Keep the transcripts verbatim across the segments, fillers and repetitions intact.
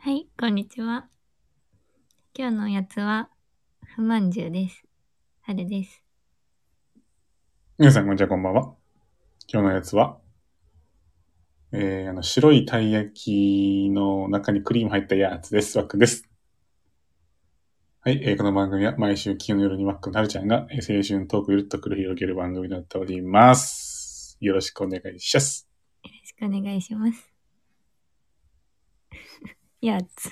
はい、こんにちは。今日のやつは、不満じゅうです。春です。 皆さん、こんにちは、こんばんは。今日のやつは、えー、あの、白いたい焼きの中にクリーム入ったやつです。ワックです。はい、えー、この番組は毎週金曜の夜にワックのはるちゃんが、えー青春トークをゆるっと繰り広げる番組になっております。よろしくお願いします。 よろしくお願いします。やつ。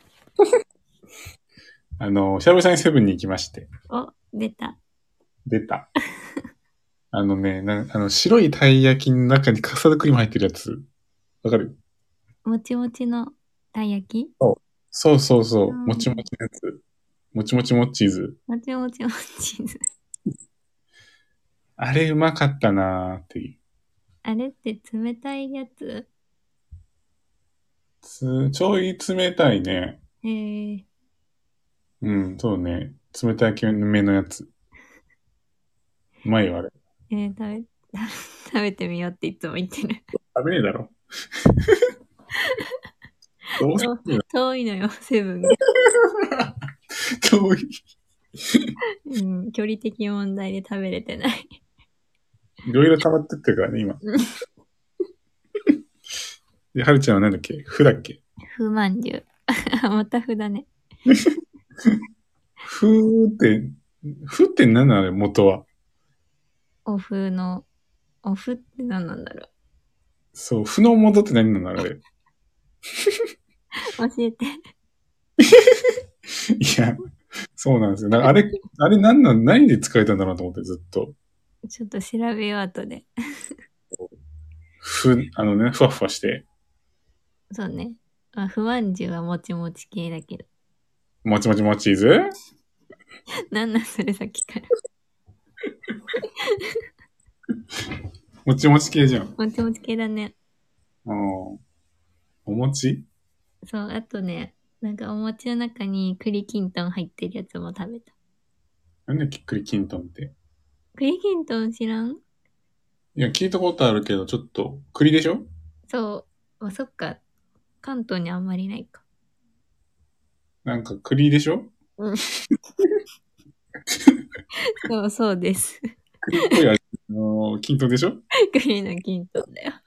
あの、しゃぶさんセブンに行きまして、 お、出た。 出た。あのね、なあの、白いたい焼きの中にカスタードクリーム入ってるやつ、わかる？ もちもちのたい焼き。 そうそうそう、もちもうん。 ちのやつ。もちもちもチーズ。 もちもちのチーズ。 あれうまかったなーっていう。 あれって冷たいやつ？ つ、ちょい冷たいね。 えー、 うん、そうね。冷たい系めのやつ。うまいよ、あれ。 えー、食べ、食べてみようっていつも言ってる。 食べねえだろ。どうせと遠いのよ、セブンが。 遠い。 うん、距離的問題で食べれてない。 いろいろ溜まってってるからね、今。で、はるちゃんはなんだっけ？ふだっけ？ 不満じゅう。またふだね。 ふーって、ふって何なのあれ、元は。 おふの、おふって何なんだろそう、ふの元って何なのあれ。 う。教えて。 いや、そうなんですよ。あれ、あれ何なん、何で使えたんだろうと思ってずっと。 ちょっと調べよう、後で。 ふ、あのね、ふわふわして、 そうね。まあ、不満じゅうはもちもち系だけど。 もちもちもチーズなんなんそれさっきから。 もちもち系じゃん。 もちもち系だね。 あーお餅そう、あとね、なんかお餅の中に栗きんとん入ってるやつも食べた。 なんだっけ、栗きんとんって。 栗きんとん知らん？ いや、聞いたことあるけど、ちょっと、栗でしょ？ そう。あ、そっか。関東にあんまりないか。 なんか栗でしょ？ うん。そうそうです。 栗っぽい味のきんとんでしょ？ 栗のきんとんだよ。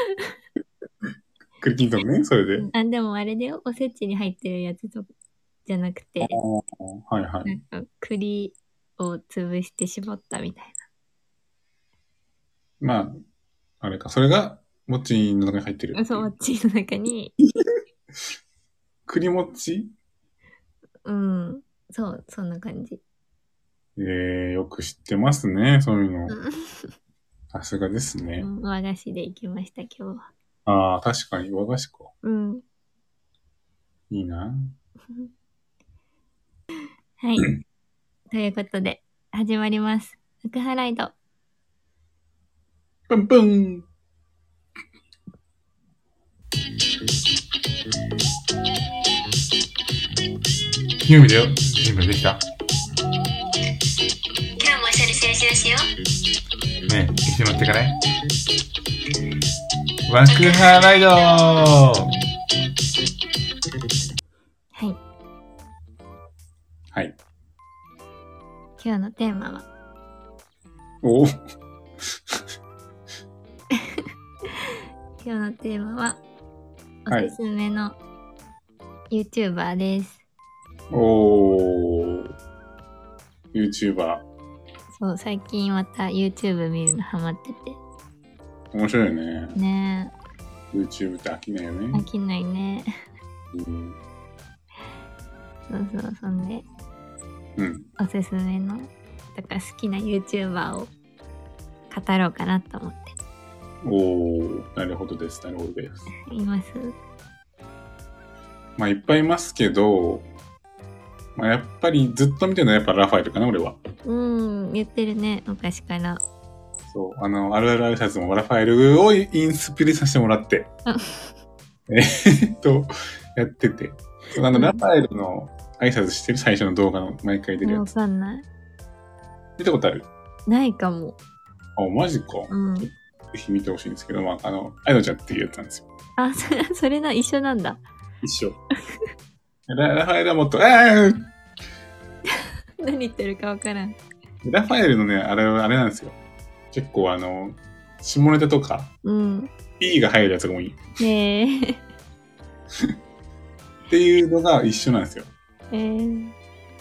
栗きんとんね、それで。 うん。あ、でもあれだよ。おせちに入ってるやつとじゃなくあて、 あ、はいはい。 なんか栗を潰して絞ったみたいまあ、あれか。それが、餅の中に入ってるな。そう、 っていう。 餅の中に、 栗餅。 うん。そう、そんな感じ。 えー、よく知ってますね、そういうの。 うん。 さすがですね。 うん、和菓子で行きました、今日は。 ああ、確かに和菓子か。 うん。 いいな。 はい。ということで、始まります。福ハライド。 プンプン。金曜日だよ。準備できた？ 今日も一緒に青春しよねえ、一緒に乗ってかない？ワクハライドー。 う。はい。 はい。 今日のテーマは、 おお。 今日のテーマは、おはい。 すすめの YouTuber です。 おー。YouTuber。 そう、最近また YouTube 見るのハマってて。 面白いよね。 ね YouTube って飽きないよえ、飽ね。 きないね。 うん。 そうそう、そんで、 うん。 おすすめの、だから好きな YouTuber を語ろうかなと思っておー。なるほどです。なるほどです。 います。 まあ、いっぱいいますけど、まあ、やっぱりずっと見てるのはやっぱラファエルかな、俺は。 うん、言ってるね、昔から。 そう。あの、あるある挨拶もラファエルをインスピレさせてもらって、えーっと、やってて。そうあの、 うん、 ラファエルの挨拶してる最初の動画の毎回出るもうわやつ。 かんない。 見たことある？ ないかも。 あ、マジか。 うん。 ぜひ見てほしいんですけど、まあ、あの、アイノちゃんっていうやつなんですよ。 あ、そそれな、一緒なんだ。 一緒。ララファエルはもっと、あー何言ってるかわからん。 ラファエルのね、あれはあれなんですよ。結構あの、下ネタとか、 うん。 P が入るやつが多い。 ねえ。 っていうのが一緒なんですよ。 えー、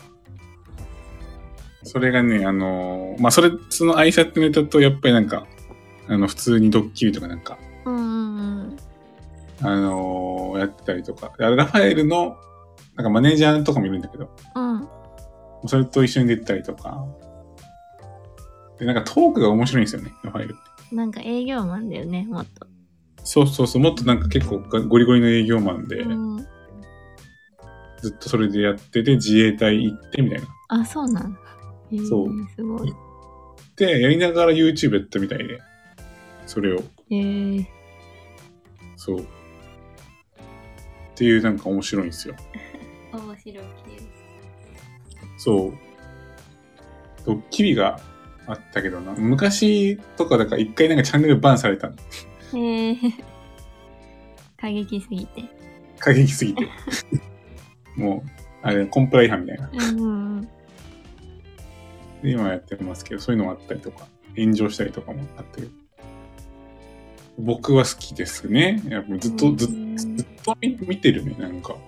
それがね、あのーまあ、それ、その挨拶ネタと、やっぱりなんか、あの、普通にドッキリとかなんか、 うんうんうん。 あのーやってたりとか。ラファエルの、なんかマネージャーとかもいるんだけど、 うん。 それと一緒に出てたりとか。で、なんかトークが面白いんですよね、ラファエルって。 なんか営業マンだよね、もっと。 そうそうそう、もっとなんか結構ゴリゴリの営業マンで、 うん、 ずっとそれでやってて、自衛隊行ってみたいな。 あ、そうなん。えー、 そう。 すごい。 で、やりながら YouTube やったみたいで、それを。 えー、 そう。っていうなんか面白いんですよ。 面白い系。 そう。ドッキリがあったけどな。昔とかだから一回なんかチャンネルバンされた。 へえー、過激すぎて。 過激すぎて。もう、あれ、コンプラ違反みたいな。 うんうん。 で、今やってますけど、そういうのもあったりとか、炎上したりとかもあったけど。僕は好きですね。やっぱずっと、ずずっと見見てるね、なんか。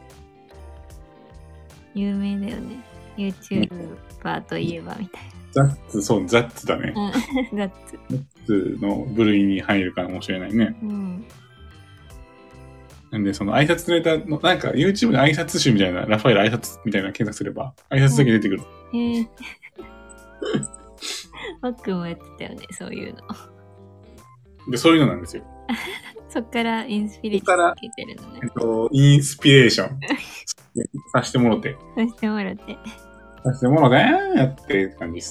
有名だよね。YouTuber といえばみたいザッツ、そう、ザッツだね。 な。うん、だって。 ザッツの部類に入るかもしれないね。 うん。 なんで、その挨拶ネタの、なんか YouTube で挨拶集みたいな、ラファエル挨拶みたいな検索すれば、挨拶だけ出てくる。 へえー。マックもやってたよね、そういうの。 で、そういうのなんですよ。 そっからインスピレーション受けてるのねえっ。と、インスピレーションさせてもろて。 させてもらって。 させてもろてーやってって感じです。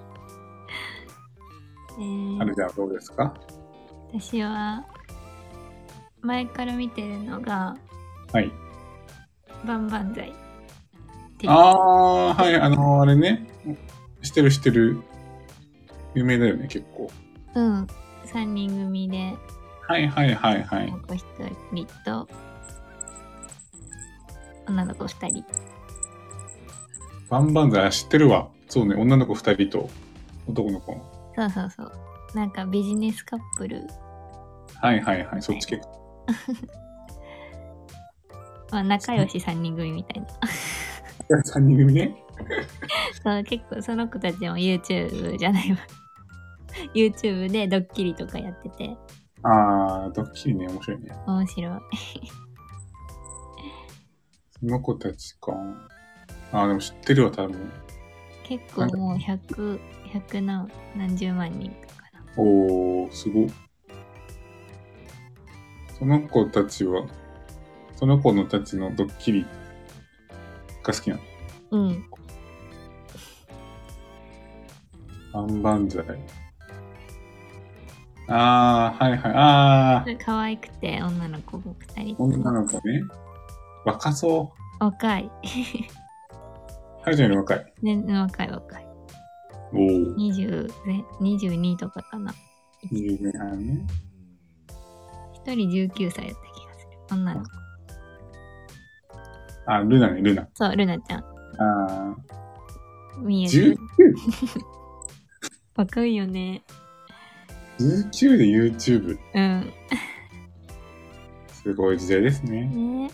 えー、 あれじゃあどうですか？ 私は、前から見てるのが、 はい。 バンバンザイっていう。 あー、はい、あのー、あれね。知ってる知ってる。有名だよね、結構。 うん。さんにん組で、 はいはいはいはい。 女の子ひとりと、女の子ふたり。 バンバンザイ知ってるわ。そうね、女の子二人と男の子。 そうそうそう。なんかビジネスカップル。 はいはいはい、そっち結構。 まあ、仲良しさんにん組みたいな。 三人組ね。 そう結構その子たちも YouTube じゃないわ。YouTube でドッキリとかやってて。 あー、ドッキリね、面白いね。 面白い。 その子たちか。あー、でも知ってるわ、多分。 結構もうひゃく、ひゃく何、何十万人かな。 おー、すごい。その子たちは、その子のたちのドッキリが好きなの。 うん。 バンバンザイ。あー、はいはい。あー、 可愛くて女の子もふたり。 女の子ね。若そう。 若い。 はるちゃんより若い。 全然若い若い。 おー。 にじゅう、にじゅうにとかかな。 にじゅうねんはんね。 一人じゅうきゅうさいだった気がする。女の子。 あ、ルナね、ルナ。 そう、ルナちゃん。 あー、 みゆじゅうきゅう? 若いよね。 じゅうきゅうで YouTube。 うん。 すごい時代ですね。 ね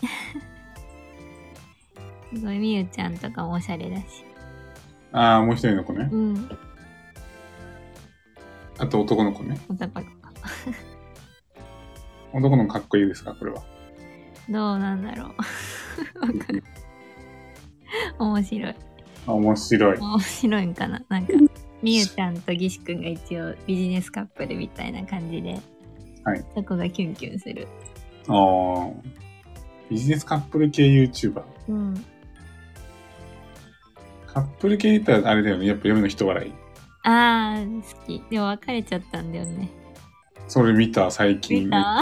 すごい、みゆちゃんとかもおしゃれだし。 あー、もう一人の子ね。 うん。 あと男の子ね。 男の子。 男の子かっこいいですか、これは。 どうなんだろう。わかる。面白い。 あ、面白い。 面白いんかな。なんか、みゆちゃんとぎしくんが一応ビジネスカップルみたいな感じで、 はい。 そこがキュンキュンする。 あー、ビジネスカップル系 YouTuber。 うん。 カップル系言ったらあれだよね。やっぱ夜の人笑い。 あー、好き。でも別れちゃったんだよね。 それ見た、最近。 見た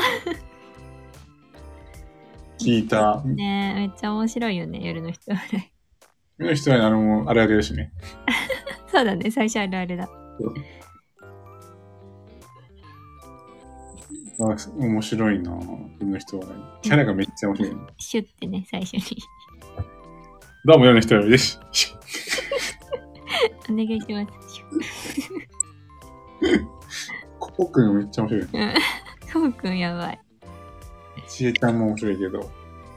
聞いた。 ねえ、めっちゃ面白いよね、夜の人笑い。 夜の人はあの、あれあれだしね。 そうだね、最初あるあるだ。 あ、面白いなぁ。この人は、ね、キャラがめっちゃ面白い、ね。 シュッてね、最初に。 どうも、世の人よりです。 お願いします。 ココくんめっちゃ面白い、 ね。うん。コウくんやばい。 ちえちゃんも面白いけど。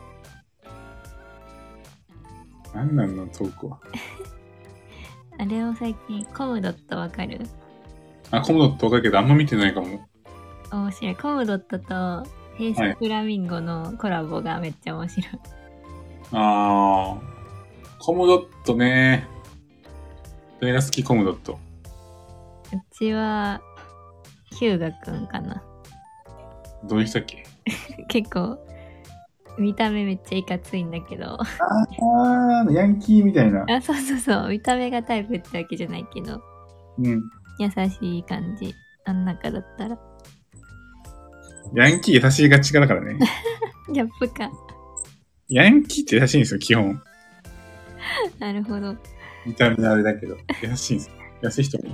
なんなんのトークは。 あれを最近、コムドットわかる？ あ、コムドットわかるけど、あんま見てないかも。 面白い。コムドットと平成フラミンゴのコラボがめっちゃ面白い。 あー。コムドットね。誰が好きコムドット？ うちは、ヒューガくんかな。 どういう人だっけ？ 結構、見た目めっちゃいかついんだけど。 あー、ヤンキーみたいな。 あ、そうそうそう。見た目がタイプってわけじゃないけど、 うん。 優しい感じ。あん中だったら。 ヤンキー優しいがちがだからね。 ギャップか。 ヤンキーって優しいんですよ、基本。 なるほど。 見た目あれだけど。優しいんですよ。優しい人もいい。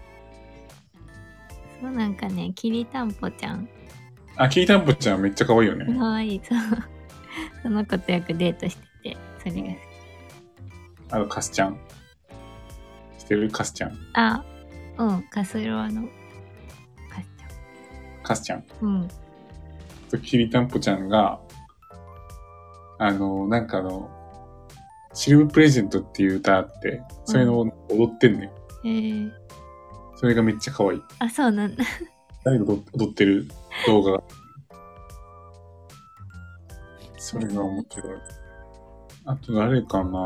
そうなんかね、きりたんぽちゃん。 あ、きりたんぽちゃんめっちゃ可愛いよね。 かわいい。そう。その子とよくデートしてて、それが好き。 あと、カスちゃん。知ってるカスちゃん。 あ、うん、カスロワのカスちカスちゃん。 ゃん。うん。 ときりたんぽちゃんが、あの、なんかあの、シルブプレゼントっていう歌あって、それの踊ってんのよ。 へえ。 それがめっちゃ可愛い。 あ、そうなんだ。 誰が踊踊ってる動画が。それが面白い。あと誰かな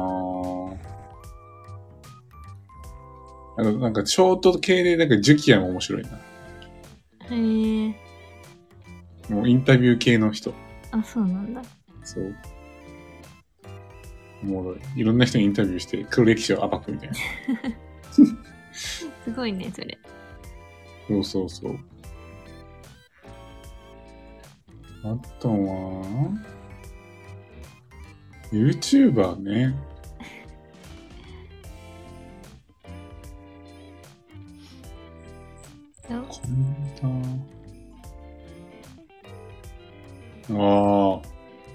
あの、なんかショート系で、なんかジュキアも面白いな。 へえ。 もうインタビュー系の人。 あ、そうなんだ。 そう。おもろい。いろんな人にインタビューして黒歴史を暴くみたいな。 すごいね、それ。 そうそうそう。あとは、YouTuber ね。 よコメンター。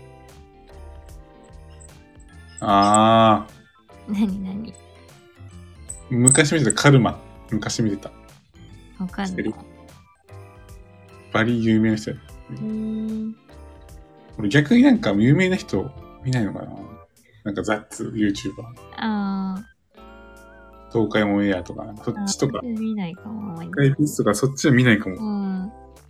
ああ。ああ。 なになに昔見てたカルマ。昔見てた。 わかんない。 知ってる？バリ有名な人や。 うーん。 俺逆になんか有名な人見ないのかな。なんかザッツ YouTuber。 あ東海オンエアとか、そーあ。 っちとか。 見ないかも。 東海ピスとかそっちは見ないかも。 うん。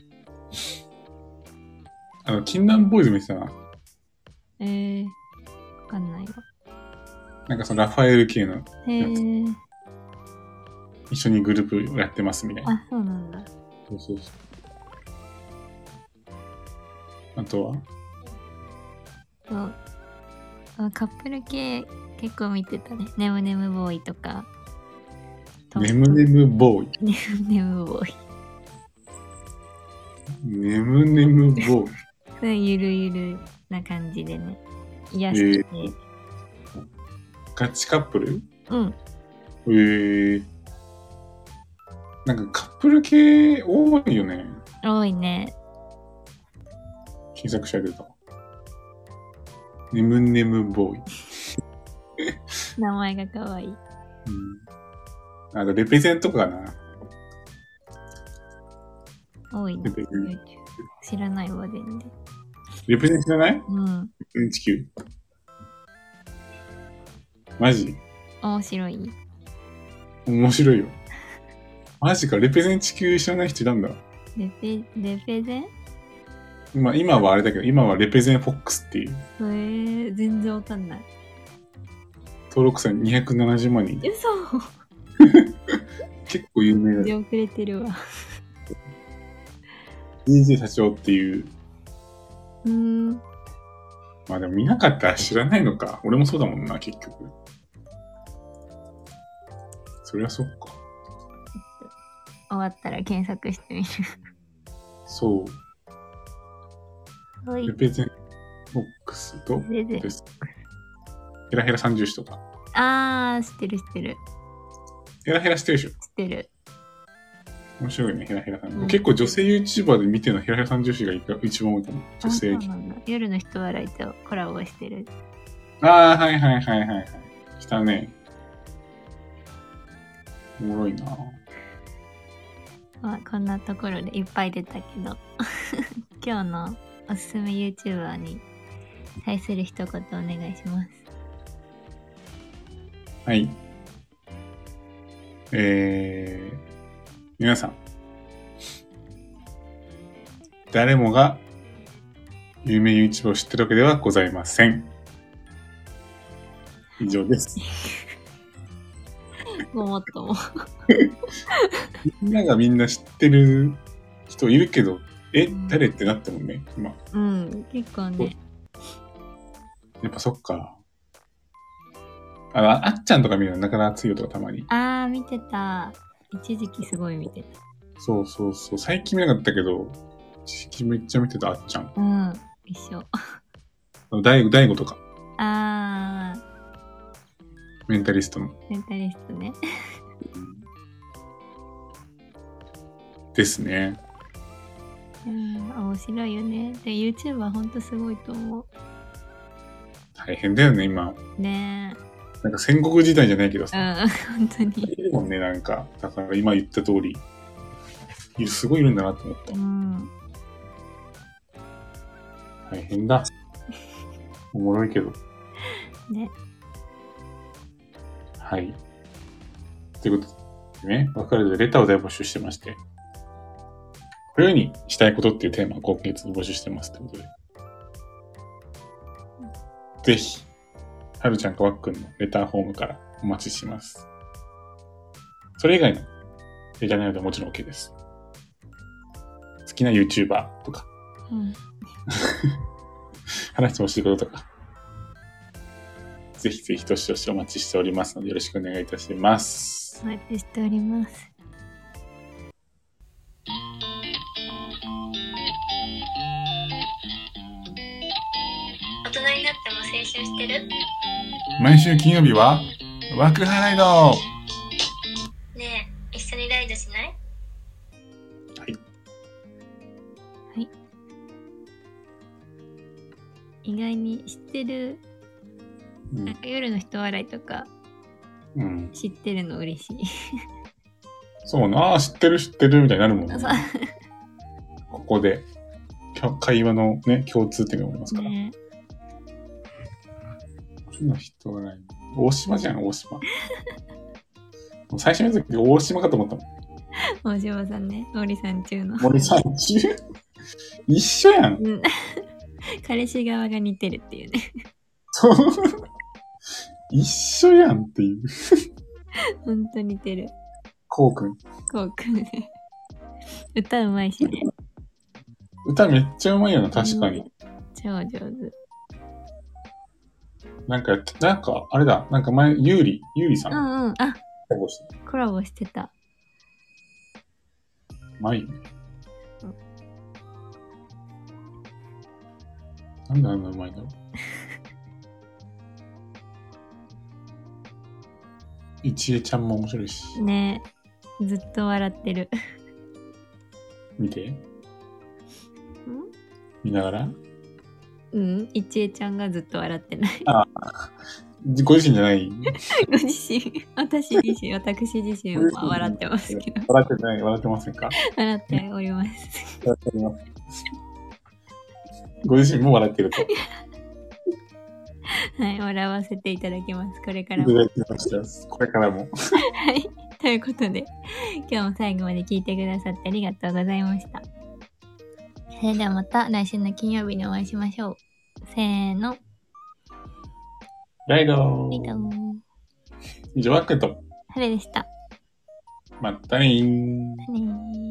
あの、禁断ボーイズ見てたな。 えー、わかんないわ。 なんかそのラファエル系のへえ。 一緒にグループやってますみたいな。 あ、そうなんだ。 そうそうそう。あとはそうあカップル系結構見てたね。ネムネムボーイとか。 ネムネムボーイ。 ネムネムボーイ。 ネムネムボーイ。 それゆるゆるな感じでね。癒してて、 えー。ガチカップル？ うん。 えー。なんかカップル系多いよね。 多いね。 検索しゃべると。ネムネムボーイ。 名前が可愛い。 うん。あとレペゼンとかかな。 多いね。 レペゼン。 知らないわ、全然。 レペゼン知らない？ うん。 レペゼン地球。マジ？ 面白い。 面白いよ。マジか、レペゼン地球知らない人いたんだ。 レペ、レペゼン？ まあ今はあれだけど、今はレペゼンフォックスっていう。 えー、全然わかんない。 登録者にひゃくななじゅうまん人。 嘘結構有名だよ。 出遅れてるわ。 ディージェー 社長っていう。 うーん。 まあでも見なかったら知らないのか。俺もそうだもんな、結局。そりゃそっか。 終わったら検索してみる。 そう。 はい。 レペゼンボックスとレペゼンです。ヘラヘラ三重視とか。 あー、知ってる知ってる。 ヘラヘラしてるでしょ。 知ってる。 面白いね、ひらひらさん。 うん結構女性 YouTuber で見てるのひらひらさん女子が一番多いかも。女性あ、そうなんだ。夜の人笑いとコラボしてる。 ああ、はいはいはいはいはい。したね。おもろいな。 まあ、こんなところでいっぱい出たけど今日のおすすめ YouTuber に対する一言お願いします。 はい。えー、皆さん。誰もが有名 YouTuber を知ってるわけではございません。以上です。 ごもっとも。 みんながみんな知ってる人いるけど、え、うん、誰ってなったもんね、今。 うん、結構ね。 やっぱそっか。あの、あっちゃんとか見るのなかなか熱いよとかたまに。 あー、見てた。一時期すごい見てた。 そうそうそう。最近見なかったけど、一時期めっちゃ見てた、あっちゃん。 うん、一緒。 大悟、大悟とか。 あー。 メンタリストの。 メンタリストね。 ですね。 うん、面白いよね。で、YouTuber ほんとすごいと思う。 大変だよね、今。 ねえ。なんか戦国時代じゃないけどさ。 うん、本当に。 いるもんね、なんか。だから今言った通り。すごいいるんだなと思った。 うん。 大変だ。おもろいけど。 ね。 はい。ということでね、別れでレターを大募集してまして、このようにしたいことっていうテーマを今月募集してますということで。ぜひ、はるちゃんかわっくんのレターフォームからお待ちします。それ以外のレター内容でももちろん OK です。好きな YouTuber とか、 うん、 話してほしいこととか、ぜひぜひどしどしお待ちしておりますのでよろしくお願いいたします。 お待ちしております。大人になっても青春してる？ 毎週金曜日はワークハライド。 ねえ、一緒にライドしない？ はい。 はい。意外に知ってる、うん、なんか夜の人笑いとか、うん、知ってるの嬉しい。 そうなあ、知ってる知ってるみたいになるもんね。ここで会話のね共通点がありますから。ね、夜の人笑い。大島じゃん、大島。最初の時大島かと思ったもん。大島さんね、森さん中の。 森さん中一緒やん。 うん、彼氏側が似てるっていうね。 そう。一緒やんっていう。 ほんと似てる。 こうくん。 こうくんね。歌うまいしね。 歌めっちゃうまいよな、確かに。うん、 超上手。 なんか、なんか、あれだ、なんか前、ゆうり、ゆうりさん。 うんうん、あ、 コラボして。 コラボしてた。 うまいよね。うん、なんであんなうまいんだろう。いちえちゃんも面白いし。 ねえ、ずっと笑ってる。 見て。ん見ながらうん、いちえちゃんがずっと笑ってない。 ああ、ご自身じゃないご自身、私自身、私自身は笑ってますけど。 笑ってない、笑ってませんか？ 笑っております。 笑っております。ご自身も笑ってると。 はい、笑わせていただきます。これからも。 いただきました。これからも。 はい、ということで、今日も最後まで聞いてくださってありがとうございました。それではまた来週の金曜日にお会いしましょう。せーの。 ライドー。 ライドー。 以上、ワックと。 はるでした。 またねー。 またねー。